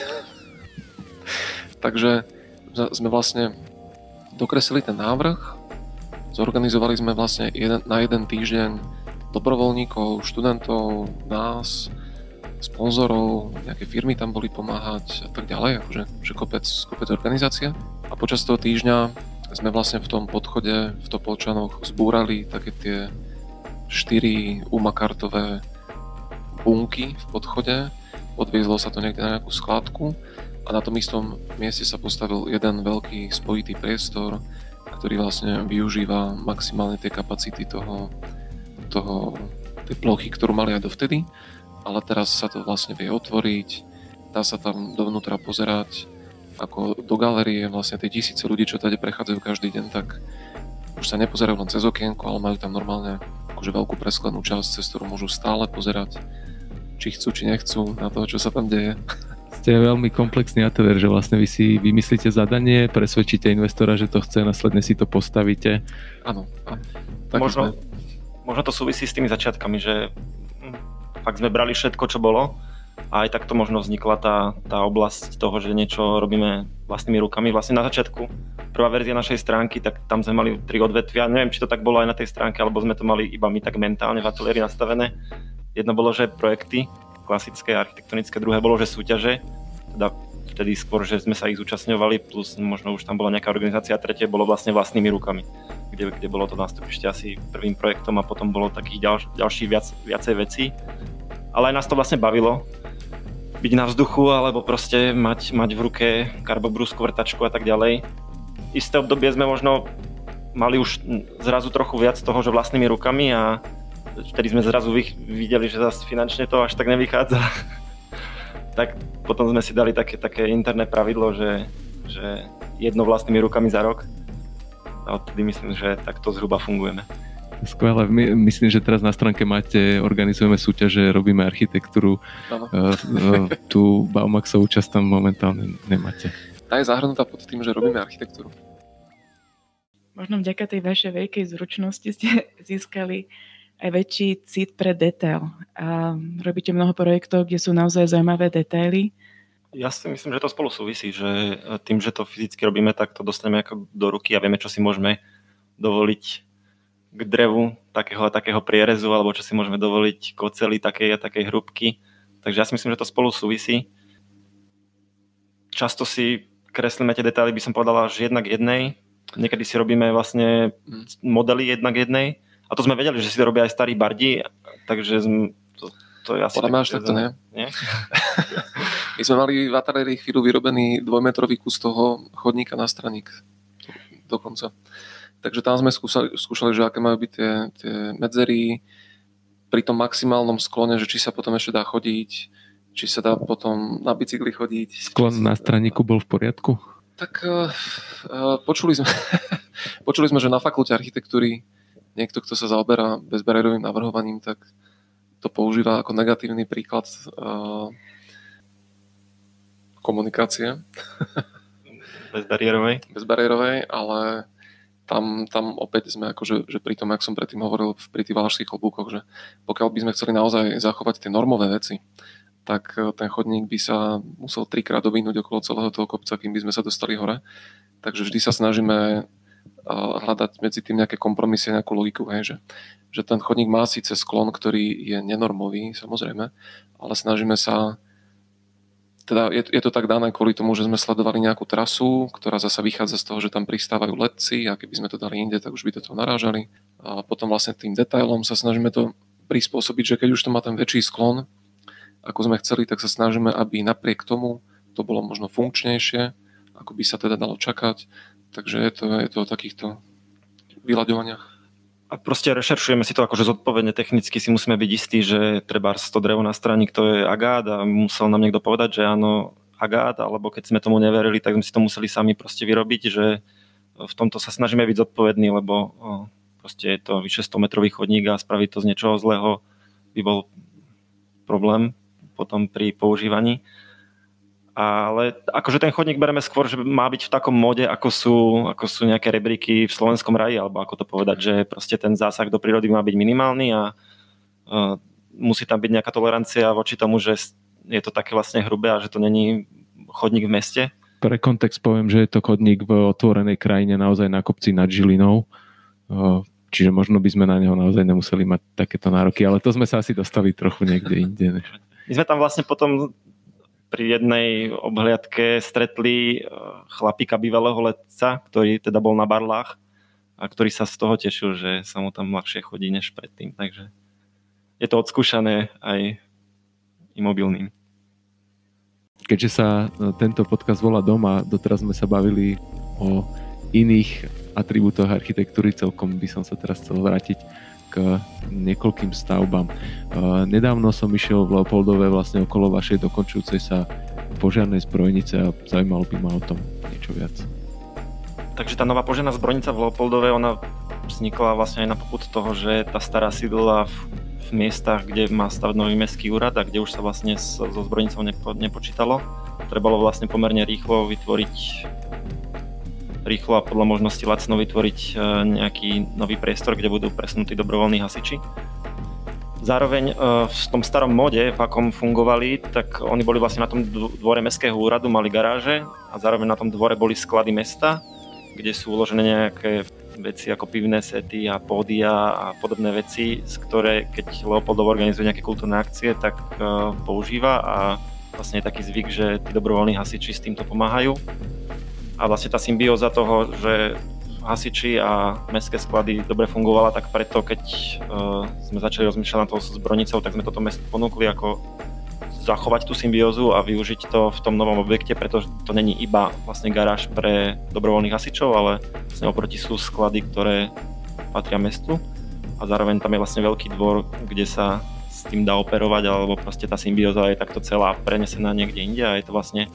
Takže sme vlastne dokreslili ten návrh, zorganizovali sme vlastne jeden, na jeden týždeň dobrovoľníkov, študentov, nás, sponzorov, nejaké firmy tam boli pomáhať a tak ďalej, akože že kopec, kopec organizácia. A počas toho týždňa sme vlastne v tom podchode v Topolčanoch zbúrali také tie štyri umakartové bunky v podchode, odviezlo sa to niekde na nejakú skladku a na tom istom mieste sa postavil jeden veľký spojitý priestor, ktorý vlastne využíva maximálne tie kapacity toho, toho, tej plochy, ktorú mali aj dovtedy, ale teraz sa to vlastne vie otvoriť, dá sa tam dovnútra pozerať, ako do galérie vlastne tie tisíce ľudí, čo tady prechádzajú každý deň, tak už sa nepozerajú len cez okienko, ale majú tam normálne akože veľkú presklenú časť, cez ktorú môžu stále pozerať, či chcú, či nechcú na to, čo sa tam deje. Ste veľmi komplexný ateliér, že vlastne vy si vymyslíte zadanie, presvedčíte investora, že to chce, následne si to postavíte. Áno. Možno, možno to súvisí s tými začiatkami, že fakt sme brali všetko, čo bolo a aj takto možno vznikla tá, tá oblasť toho, že niečo robíme vlastnými rukami. Vlastne na začiatku, prvá verzia našej stránky, tak tam sme mali tri odvetvia. Neviem, či to tak bolo aj na tej stránke, alebo sme to mali iba my tak mentálne v ateliéri nastavené. Jedno bolo, že projekty, klasické, architektonické, druhé bolo, že súťaže, teda vtedy skôr, že sme sa ich zúčastňovali, plus možno už tam bola nejaká organizácia, a tretie bolo vlastne vlastnými rukami, kde, kde bolo to nástupište asi prvým projektom a potom bolo takých ďalš, ďalších viac, viacej vecí. Ale aj nás to vlastne bavilo, byť na vzduchu, alebo proste mať, mať v ruke karbobrusku, vrtačku a tak ďalej. Isté obdobie sme možno mali už zrazu trochu viac toho, že vlastnými rukami a vtedy sme zrazu videli, že zase finančne to až tak nevychádza. Tak potom sme si dali také, také interné pravidlo, že, že jedno vlastnými rukami za rok. A odtedy myslím, že takto zhruba fungujeme. Skvelé. My, myslím, že teraz na stránke máte, organizujeme súťaže, robíme architektúru. Uh, tú Baumaxovú časť tam momentálne nemáte. Tá je zahrnutá pod tým, že robíme architektúru. Možno vďaka tej vašej veľkej zručnosti ste získali aj väčší cit pre detail. A robíte mnoho projektov, kde sú naozaj zaujímavé detaily. Ja si myslím, že to spolu súvisí, že tým, že to fyzicky robíme, tak to dostaneme ako do ruky a vieme, čo si môžeme dovoliť k drevu takého a takého prierezu, alebo čo si môžeme dovoliť k oceli takej a takej hrúbky. Takže ja si myslím, že to spolu súvisí. Často si kreslíme tie detaily, by som povedala, že jednak jednej. Niekedy si robíme vlastne modely jednak jednej. A to sme vedeli, že si to robia aj starí bardi, takže to, to je asi... Podľa mňa až takto nie. nie? My sme mali v ateliéri chvíľu vyrobený dvojmetrový kus toho chodníka na straník dokonca. Takže tam sme skúšali, skúšali že aké majú byť tie, tie medzery pri tom maximálnom sklone, že či sa potom ešte dá chodiť, či sa dá potom na bicykli chodiť. Sklon na straníku bol v poriadku? Tak uh, počuli sme, počuli sme, že na fakulte architektúry niekto, kto sa zaoberá bezbariérovým navrhovaním, tak to používa ako negatívny príklad uh, komunikácie. Bezbariérovej? Bezbariérovej, ale tam, tam opäť sme akože, že pri tom, jak som predtým hovoril pri tých valašských klobúkoch, že pokiaľ by sme chceli naozaj zachovať tie normové veci, tak ten chodník by sa musel trikrát dovinúť okolo celého toho kopca, kým by sme sa dostali hore. Takže vždy sa snažíme hľadať medzi tým nejaké kompromisy, nejakú logiku, hej, že, že ten chodník má síce sklon, ktorý je nenormový, samozrejme, ale snažíme sa, teda je, je to tak dané kvôli tomu, že sme sledovali nejakú trasu, ktorá zasa vychádza z toho, že tam pristávajú letci a keby sme to dali inde, tak už by do toho narážali. A potom vlastne tým detailom sa snažíme to prispôsobiť, že keď už to má ten väčší sklon, ako sme chceli, tak sa snažíme, aby napriek tomu to bolo možno funkčnejšie, ako by sa teda dalo čakať. Takže je to, je to o takýchto vyľaďovaniach. A proste rešeršujeme si to akože zodpovedne, technicky si musíme byť istí, že treba to drevo na straník to je agát a musel nám niekto povedať, že áno, agát, alebo keď sme tomu neverili, tak sme si to museli sami proste vyrobiť, že v tomto sa snažíme byť zodpovední, lebo proste je to vyše sto metrový chodník a spraviť to z niečoho zlého by bol problém potom pri používaní. Ale akože ten chodník bereme skôr, že má byť v takom móde, ako sú, ako sú nejaké rebríky v slovenskom raji, alebo ako to povedať, že proste ten zásah do prírody má byť minimálny a uh, musí tam byť nejaká tolerancia voči tomu, že je to také vlastne hrubé a že to není chodník v meste. Pre kontext poviem, že je to chodník v otvorenej krajine naozaj na kopci nad Žilinou. Uh, čiže možno by sme na neho naozaj nemuseli mať takéto nároky, ale to sme sa asi dostali trochu niekde inde. My sme tam vlastne potom pri jednej obhliadke stretli chlapíka bývalého letca, ktorý teda bol na barlách a ktorý sa z toho tešil, že sa mu tam ľahšie chodí než predtým. Takže je to odskúšané aj imobilným. Keďže sa tento podcast volá Dom a doteraz sme sa bavili o iných atribútoch architektúry, celkom by som sa teraz chcel vrátiť k niekoľkým stavbám. Nedávno som išiel v Leopoldove vlastne okolo vašej dokončujúcej sa požiarnej zbrojnice a zaujímalo by ma o tom niečo viac. Takže tá nová požiarna zbrojnica v Leopoldove, ona vznikla vlastne aj na popud toho, že tá stará sídla v, v miestach, kde má stavať nový mestský úrad a kde už sa vlastne so, so zbrojnicou nepo, nepočítalo. Trebalo vlastne pomerne rýchlo vytvoriť rýchlo a podľa možnosti lacno vytvoriť nejaký nový priestor, kde budú presunutí dobrovoľní hasiči. Zároveň v tom starom mode, v akom fungovali, tak oni boli vlastne na tom dvore mestského úradu, mali garáže a zároveň na tom dvore boli sklady mesta, kde sú uložené nejaké veci ako pivné sety a pódia a podobné veci, z ktoré keď Leopoldov organizuje nejaké kultúrne akcie, tak používa a vlastne je taký zvyk, že tí dobrovoľní hasiči s týmto pomáhajú. A vlastne tá symbióza toho, že hasiči a mestské sklady dobre fungovala, tak preto, keď uh, sme začali rozmýšľať nad tou zbrojnicou, tak sme toto mesto ponúkli ako zachovať tú symbiózu a využiť to v tom novom objekte, pretože to není iba vlastne garáž pre dobrovoľných hasičov, ale vlastne oproti sú sklady, ktoré patria mestu a zároveň tam je vlastne veľký dvor, kde sa s tým dá operovať, alebo proste tá symbióza je takto celá prenesená niekde inde a je to vlastne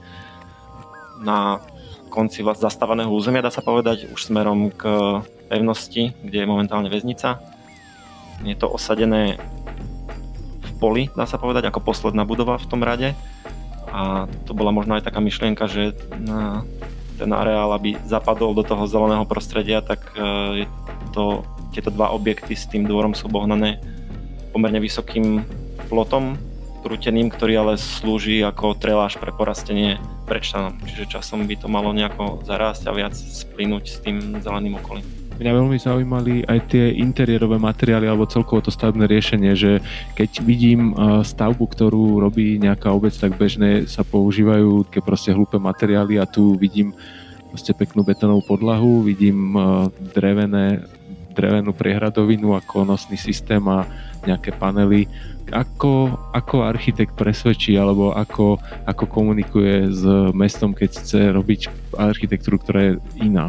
na konci zastávaného územia, dá sa povedať, už smerom k pevnosti, kde je momentálne väznica. Je to osadené v poli, dá sa povedať, ako posledná budova v tom rade. A to bola možno aj taká myšlienka, že na ten areál, aby zapadol do toho zeleného prostredia, tak je to, tieto dva objekty s tým dvorom sú bohnané pomerne vysokým plotom, prúteným, ktorý ale slúži ako treláž pre porastenie prečtanom. Čiže časom by to malo nejako zarásť a viac splynúť s tým zeleným okolím. Mňa veľmi zaujímali aj tie interiérové materiály alebo celkovo to stavebné riešenie, že keď vidím stavbu, ktorú robí nejaká obec, tak bežne sa používajú také proste hlúpe materiály a tu vidím proste peknú betónovú podlahu, vidím drevené, drevenú priehradovinu ako nosný systém a nejaké panely. Ako, ako architekt presvedčí alebo ako, ako komunikuje s mestom, keď chce robiť architektúru, ktorá je iná?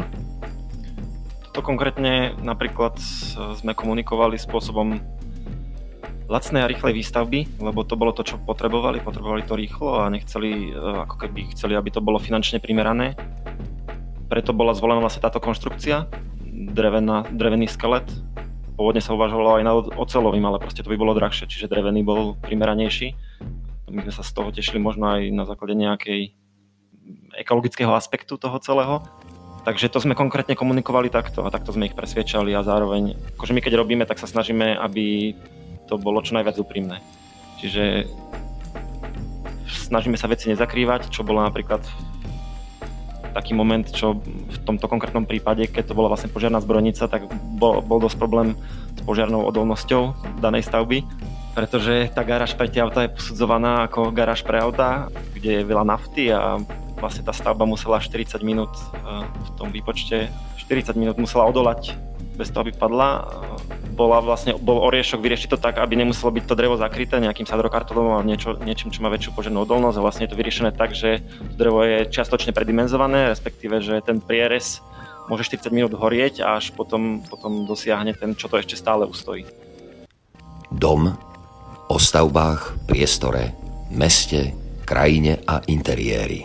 To konkrétne napríklad sme komunikovali spôsobom lacnej a rýchlej výstavby, lebo to bolo to, čo potrebovali. Potrebovali to rýchlo a nechceli, ako keby chceli, aby to bolo finančne primerané. preto bola zvolená vlastne táto konštrukcia, drevená, drevený skelet. Pôvodne sa uvažovalo aj na oceľovým, ale proste to by bolo drahšie, čiže drevený bol primeranejší. My sme sa z toho tešili možno aj na základe nejakej ekologického aspektu toho celého. Takže to sme konkrétne komunikovali takto a takto sme ich presviečali a zároveň, akože my keď robíme, tak sa snažíme, aby to bolo čo najviac úprimné. Čiže snažíme sa veci nezakrývať, čo bolo napríklad taký moment, čo v tomto konkrétnom prípade, keď to bola vlastne požiarna zbrojnica, tak bol, bol dosť problém s požiarnou odolnosťou danej stavby, pretože tá garáž pre tie autá je posudzovaná ako garáž pre autá, kde je veľa nafty a vlastne tá stavba musela štyridsať minút v tom výpočte, štyridsať minút musela odolať bez toho, aby padla. Bola vlastne, bol oriešok vyriešiť to tak, aby nemuselo byť to drevo zakryté nejakým sadrokartónom alebo niečo, niečím, čo má väčšiu požiarnú odolnosť a vlastne je to vyriešené tak, že to drevo je čiastočne predimenzované, respektíve, že ten prierez môže štyridsať minút horieť a až potom, potom dosiahne ten, čo to ešte stále ustojí. Dom o stavbách, priestore, meste, krajine a interiéri.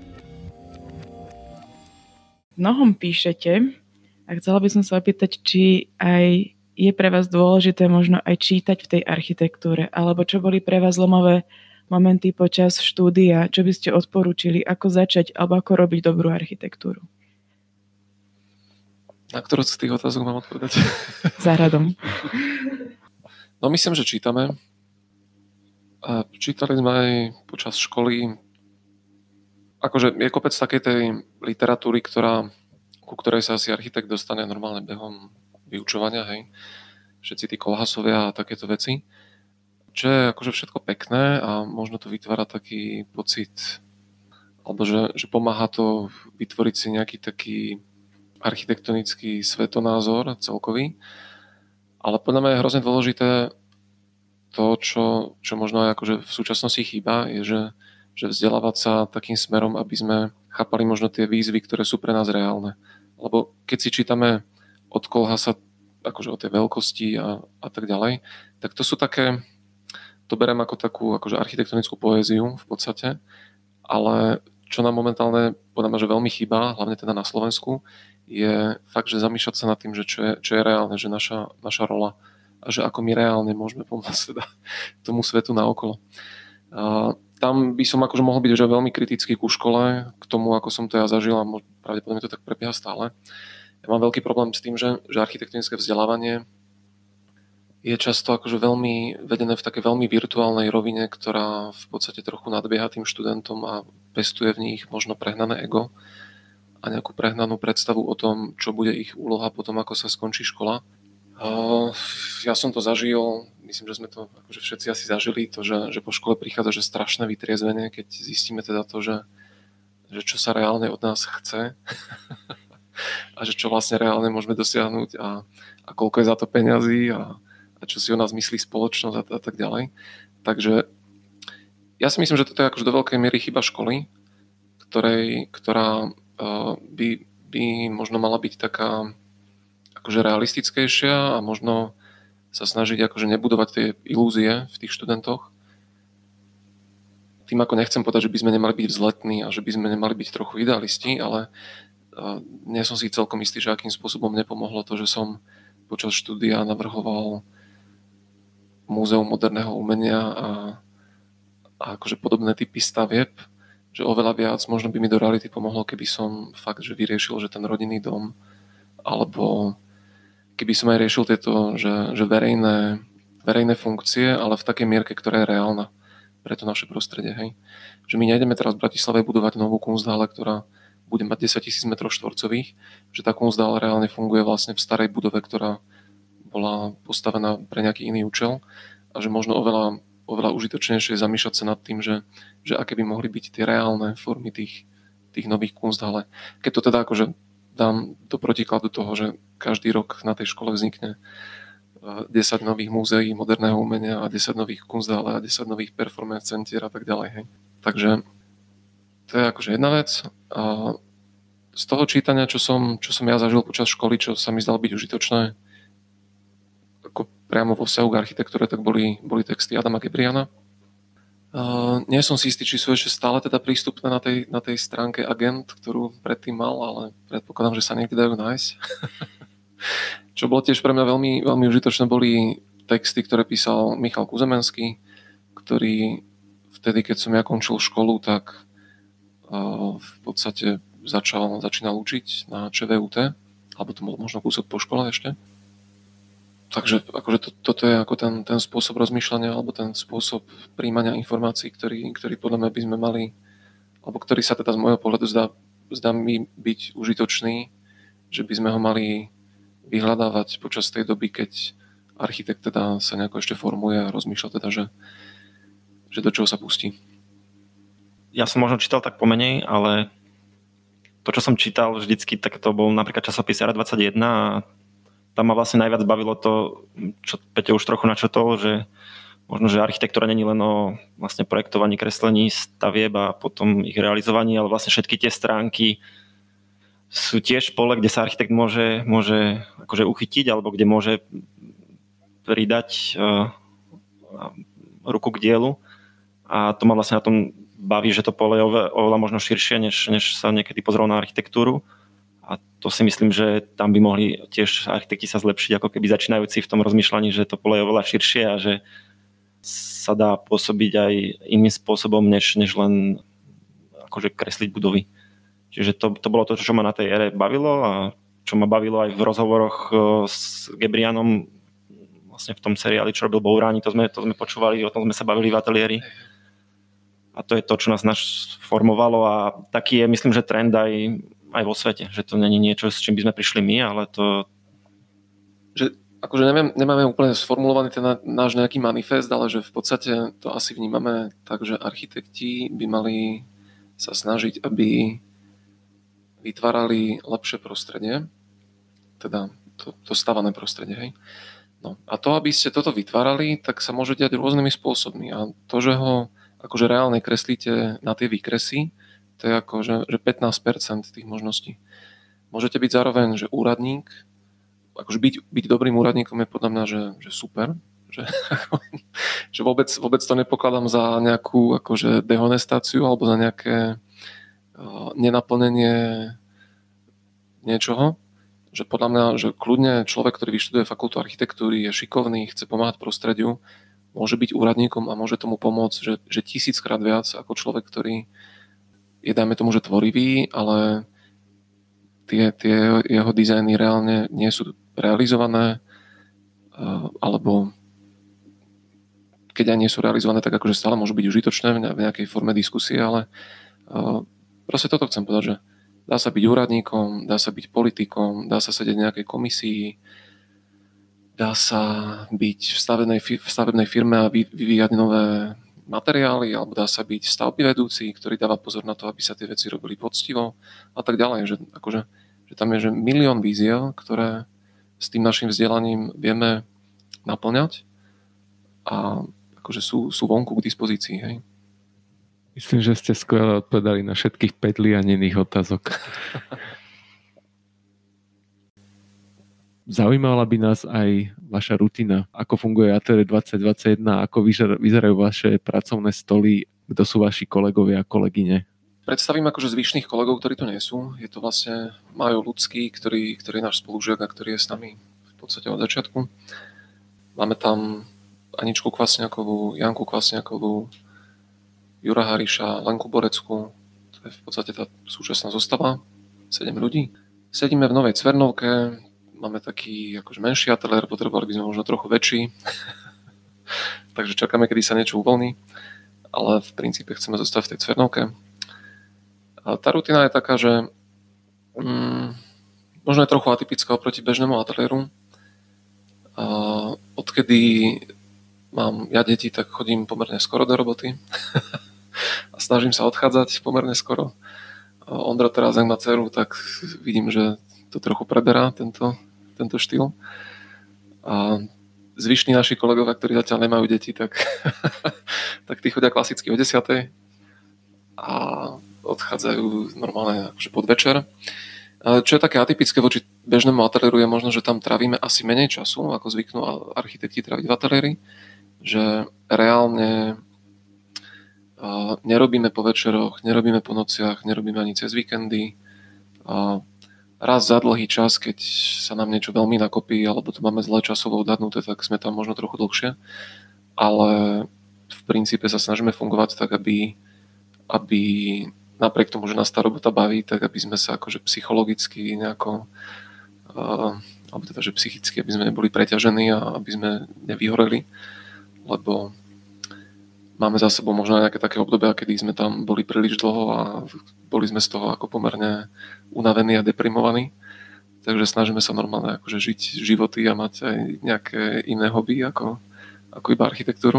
Mnohom píšete a chcela by som sa opýtať, či aj je pre vás dôležité možno aj čítať v tej architektúre, alebo čo boli pre vás zlomové momenty počas štúdia, čo by ste odporúčili, ako začať alebo ako robiť dobrú architektúru? Na ktorú z tých otázok mám odpovedať? Za radom. No myslím, že čítame. A čítali sme aj počas školy. Akože je kopec takej tej literatúry, ktorá, ku ktorej sa asi architekt dostane normálne behom vyučovania, hej. Všetci tí Kohlhasovia a takéto veci. Čo je akože všetko pekné a možno to vytvára taký pocit, alebo že, že pomáha to vytvoriť si nejaký taký architektonický svetonázor celkový. Ale podľa mňa je hrozne dôležité to, čo, čo možno aj akože v súčasnosti chýba, je, že, že vzdelávať sa takým smerom, aby sme chápali možno tie výzvy, ktoré sú pre nás reálne. Lebo keď si čítame od Kohlhasa akože o tej veľkosti a, a tak ďalej, tak to sú také, to beriem ako takú akože architektonickú poéziu v podstate, ale čo nám momentálne podľa mňa, že veľmi chýba, hlavne teda na Slovensku, je fakt, že zamýšľať sa nad tým, že čo je, čo je reálne, že naša, naša rola a že ako my reálne môžeme pomôcť teda tomu svetu naokolo. A tam by som akože mohol byť že veľmi kritický ku škole, k tomu, ako som to ja zažil a pravdepodobne to tak prebieha stále. Ja mám veľký problém s tým, že, že architektonické vzdelávanie je často akože veľmi vedené v takej veľmi virtuálnej rovine, ktorá v podstate trochu nadbieha tým študentom a pestuje v nich možno prehnané ego a nejakú prehnanú predstavu o tom, čo bude ich úloha potom, ako sa skončí škola. Ja som to zažil, myslím, že sme to akože všetci asi zažili, to, že, že po škole prichádza že strašné vytriezvenie, keď zistíme teda to, že, že čo sa reálne od nás chce a že čo vlastne reálne môžeme dosiahnuť a, a koľko je za to peňazí a, a čo si o nás myslí spoločnosť a, a tak ďalej. Takže ja si myslím, že toto je akože do veľkej miery chyba školy, ktorej, ktorá uh, by, by možno mala byť taká akože realistickejšia a možno sa snažiť akože nebudovať tie ilúzie v tých študentoch. Tým ako nechcem povedať, že by sme nemali byť vzletní a že by sme nemali byť trochu idealisti, ale nie som si celkom istý, že akým spôsobom nepomohlo to, že som počas štúdia navrhoval Múzeum moderného umenia a, a akože podobné typy stavieb, že oveľa viac možno by mi do reality pomohlo, keby som fakt, že vyriešil, že ten rodinný dom, alebo keby som aj riešil tieto, že, že verejné, verejné funkcie, ale v takej mierke, ktorá je reálna pre to naše prostredie. Hej. Že my nejdeme teraz v Bratislave budovať novú Kunsthalle, ktorá bude mať desaťtisíc metrov štvorcových, že tá Kunsthalle reálne funguje vlastne v starej budove, ktorá bola postavená pre nejaký iný účel a že možno oveľa, oveľa užitočnejšie je zamýšľať sa nad tým, že, že aké by mohli byť tie reálne formy tých, tých nových Kunsthalle. Keď to teda akože dám do protikladu toho, že každý rok na tej škole vznikne desať nových múzeí moderného umenia a desať nových Kunsthalle a desať nových performance centier a tak ďalej. Hej. Takže to je akože jedna vec. A z toho čítania, čo som, čo som ja zažil počas školy, čo sa mi zdalo byť užitočné, ako priamo vo vzťahu k architektúre, tak boli, boli texty Adama Gebriana. Uh, nie som si istý, či sú ešte stále teda prístupné na tej, na tej stránke Agent, ktorú predtým mal, ale predpokladám, že sa niekde dajú nájsť. Čo bolo tiež pre mňa veľmi, veľmi užitočné, boli texty, ktoré písal Michal Kuzemenský, ktorý vtedy, keď som ja končil školu, tak uh, v podstate začal, začínal učiť na ČVUT, alebo to bol možno kúsok po škole ešte. Takže akože to, toto je ako ten, ten spôsob rozmýšľania alebo ten spôsob príjmania informácií, ktorý, ktorý podľa mňa by sme mali, alebo ktorý sa teda z môjho pohľadu zdá, zdá mi byť užitočný, že by sme ho mali vyhľadávať počas tej doby, keď architekt teda sa nejako ešte formuje a rozmýšľa teda, že, že do čoho sa pustí. Ja som možno čítal tak pomenej, ale to, čo som čítal vždycky, tak to bol napríklad časopis er dvadsaťjeden a tam ma vlastne najviac bavilo to, čo Peťo už trochu načrtol, že možno, že architektúra není len o vlastne projektovaní, kreslení stavieb a potom ich realizovaní, ale vlastne všetky tie stránky sú tiež pole, kde sa architekt môže, môže akože uchytiť alebo kde môže pridať uh, ruku k dielu. A to ma vlastne na tom baví, že to pole je oveľa, oveľa možno širšie, než, než sa niekedy pozrel na architektúru. A to si myslím, že tam by mohli tiež architekti sa zlepšiť, ako keby začínajúci v tom rozmýšľaní, že to pole je oveľa širšie a že sa dá pôsobiť aj iným spôsobom, než, než len akože kresliť budovy. Čiže to, to bolo to, čo ma na tej ére bavilo a čo ma bavilo aj v rozhovoroch s Gebrianom vlastne v tom seriáli, čo robil Bouráni, to sme, to sme počúvali, o tom sme sa bavili v ateliéri. A to je to, čo nás naš formovalo a taký je, myslím, že trend aj aj vo svete, že to není niečo, s čím by sme prišli my, ale to... Že, akože neviem, nemáme úplne sformulovaný ten náš nejaký manifest, ale že v podstate to asi vnímame tak, že architekti by mali sa snažiť, aby vytvárali lepšie prostredie, teda to, to stavané prostredie, hej. No a to, aby ste toto vytvárali, tak sa môže diať rôznymi spôsobmi a to, že ho akože reálne kreslíte na tie výkresy, to je ako, že, že pätnásť percent tých možností. Môžete byť zároveň, že úradník, akože byť, byť dobrým úradníkom je podľa mňa, že, že super, že, že vôbec, vôbec to nepokladám za nejakú akože dehonestáciu alebo za nejaké uh, nenaplnenie niečoho, že podľa mňa, že kľudne človek, ktorý vyštuduje fakultu architektúry, je šikovný, chce pomáhať prostrediu, môže byť úradníkom a môže tomu pomôcť, že, že tisíckrát viac ako človek, ktorý je, dajme tomu, že tvorivý, ale tie, tie jeho dizajny reálne nie sú realizované, alebo keď aj nie sú realizované, tak akože stále môžu byť užitočné v nejakej forme diskusie, ale proste toto chcem povedať, že dá sa byť úradníkom, dá sa byť politikom, dá sa sedieť v nejakej komisii, dá sa byť v stavebnej, v stavebnej firme a vyvíjať nové materiály, alebo dá sa byť stavby vedúci, ktorý dáva pozor na to, aby sa tie veci robili poctivo a tak ďalej. Že, akože, že tam je že milión víziev, ktoré s tým našim vzdelaním vieme naplňať a akože sú, sú vonku k dispozícii. Hej. Myslím, že ste skvelé odpovedali na všetkých päť lianených otázok. Zaujímala by nás aj vaša rutina. Ako funguje ateliér dvadsať dvadsaťjeden, ako vyzerajú vaše pracovné stoly, kto sú vaši kolegovia a kolegyne? Predstavím akože zvyšných kolegov, ktorí tu nie sú. Je to vlastne Majo Ľudský, ktorý, ktorý je náš spolužiak a ktorý je s nami v podstate od začiatku. Máme tam Aničku Kvasňákovú, Janku Kvasňákovú, Jura Hariša, Lenku Boreckú. To je v podstate tá súčasná zostava. sedem ľudí. Sedíme v Novej Cvernovke. Máme taký akože menší ateliér, potrebovali by sme možno trochu väčší. Takže čakáme, kedy sa niečo uvoľní. Ale v princípe chceme zostať v tej Cvernovke. A tá rutina je taká, že mm, možno je trochu atypická oproti bežnému ateliéru. A odkedy mám ja deti, tak chodím pomerne skoro do roboty. A snažím sa odchádzať pomerne skoro. A Ondra teraz, ak má dceru, tak vidím, že to trochu preberá tento, tento štýl. A zvyšní naši kolegovia, ktorí zatiaľ nemajú deti, tak, tak tí chodia klasicky o desiatej a odchádzajú normálne akože podvečer. Čo je také atypické voči bežnému ateliéru je možno, že tam trávime asi menej času, ako zvyknú architekti tráviť v ateliéri, že reálne A nerobíme po večeroch, nerobíme po nociach, nerobíme ani cez víkendy. A raz za dlhý čas, keď sa nám niečo veľmi nakopí, alebo to máme zle časovo odhadnuté, tak sme tam možno trochu dlhšie. Ale v princípe sa snažíme fungovať tak, aby, aby napriek tomu, že nás tá robota baví, tak aby sme sa akože psychologicky nejako, uh, alebo teda, že psychicky, aby sme neboli preťažení a aby sme nevyhoreli, lebo máme za sebou možno aj nejaké také obdobia, kedy sme tam boli príliš dlho a boli sme z toho ako pomerne unavení a deprimovaní. Takže snažíme sa normálne akože žiť životy a mať aj nejaké iné hobby ako, ako iba architektúru.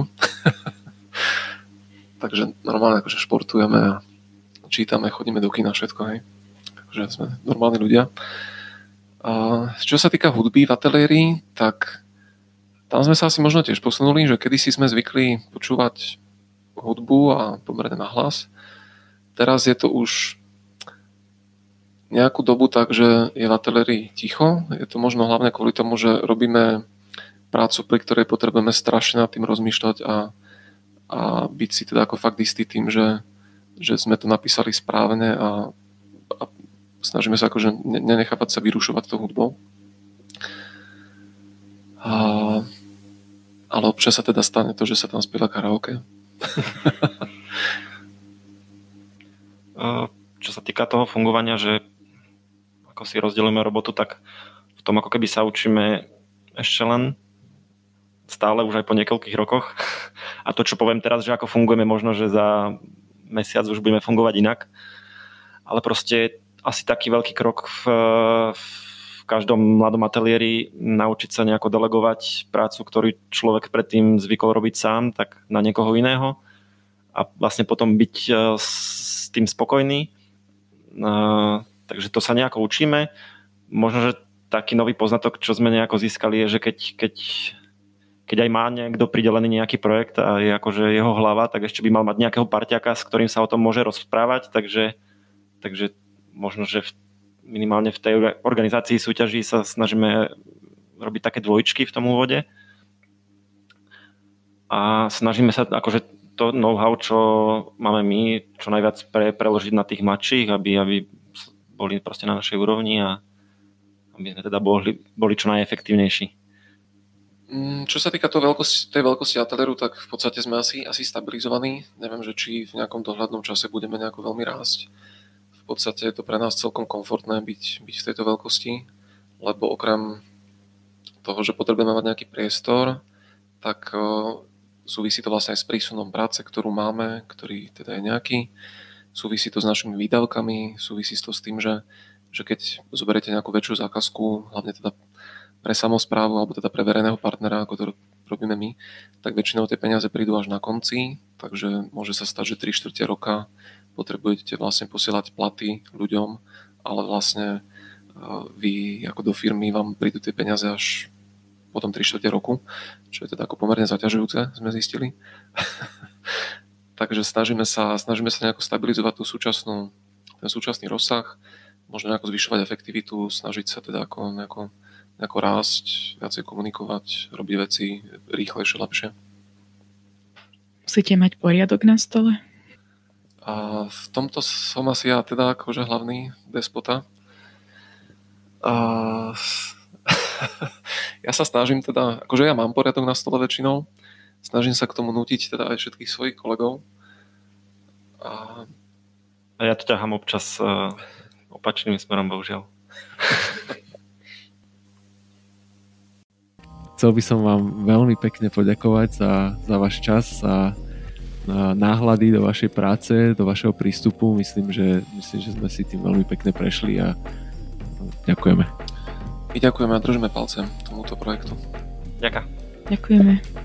Takže normálne akože športujeme a čítame, chodíme do kina, všetko, hej. Takže sme normálni ľudia. A čo sa týka hudby v ateliéri, tak tam sme sa asi možno tiež posunuli, že kedysi sme zvykli počúvať hudbu a pomerne nahlas. Teraz je to už nejakú dobu tak, že je v ateliéri ticho. Je to možno hlavne kvôli tomu, že robíme prácu, pri ktorej potrebujeme strašne nad tým rozmýšľať a, a byť si teda ako fakt istý tým, že, že sme to napísali správne a, a snažíme sa akože nenechávať sa vyrušovať tou hudbou. A, ale občas sa teda stane to, že sa tam spieva karaoke. Čo sa týka toho fungovania, že ako si rozdeľujeme robotu, tak v tom ako keby sa učíme ešte len stále už aj po niekoľkých rokoch. A to, čo poviem teraz, že ako fungujeme, možno, že za mesiac už budeme fungovať inak. Ale proste asi taký veľký krok v, v každom mladom ateliéri naučiť sa nejako delegovať prácu, ktorú človek predtým zvykol robiť sám, tak na niekoho iného a vlastne potom byť s tým spokojný. Takže to sa nejako učíme. Možno, že taký nový poznatok, čo sme nejako získali, je, že keď, keď, keď aj má niekto pridelený nejaký projekt a je akože jeho hlava, tak ešte by mal mať nejakého parťaka, s ktorým sa o tom môže rozprávať, takže, takže možno, že v minimálne v tej organizácii súťaží sa snažíme robiť také dvojčky v tom úvode a snažíme sa akože to know-how, čo máme my, čo najviac pre, preložiť na tých mladších, aby, aby boli proste na našej úrovni a aby sme teda boli, boli čo najefektívnejší. Čo sa týka veľkosti, tej veľkosti ateliéru, tak v podstate sme asi, asi stabilizovaní. Neviem, že či v nejakom dohľadnom čase budeme nejako veľmi rásť. V podstate je to pre nás celkom komfortné byť, byť v tejto veľkosti, lebo okrem toho, že potrebujeme mať nejaký priestor, tak uh, súvisí to vlastne aj s prísunom práce, ktorú máme, ktorý teda je nejaký. Súvisí to s našimi výdavkami, súvisí to s tým, že, že keď zoberiete nejakú väčšiu zákazku, hlavne teda pre samosprávu alebo teda pre verejného partnera, ako to robíme my, tak väčšinou tie peniaze prídu až na konci, takže môže sa stať, že tri štvrte roka potrebujete vlastne posielať platy ľuďom, ale vlastne vy ako do firmy vám prídu tie peniaze až potom tri štvrte roku, čo je teda ako pomerne zaťažujúce, sme zistili. Takže snažíme sa, snažíme sa nejako stabilizovať tú súčasnú, ten súčasný rozsah, možno nejako zvyšovať efektivitu, snažiť sa teda ako nejako, nejako rásť, viacej komunikovať, robiť veci rýchlejšie, lepšie. Musíte mať poriadok na stole? A v tomto som asi ja teda akože hlavný despota. A ja sa snažím teda, akože ja mám poriadok na stole väčšinou, snažím sa k tomu nútiť teda aj všetkých svojich kolegov. A, a ja to ťahám občas uh, opačným smerom, bohužiaľ. Chcel by som vám veľmi pekne poďakovať za, za váš čas a náhľady do vašej práce, do vašeho prístupu. Myslím, že, myslím, že sme si tým veľmi pekne prešli a ďakujeme. My ďakujeme a držíme palce tomuto projektu. Ďakujem. Ďakujeme.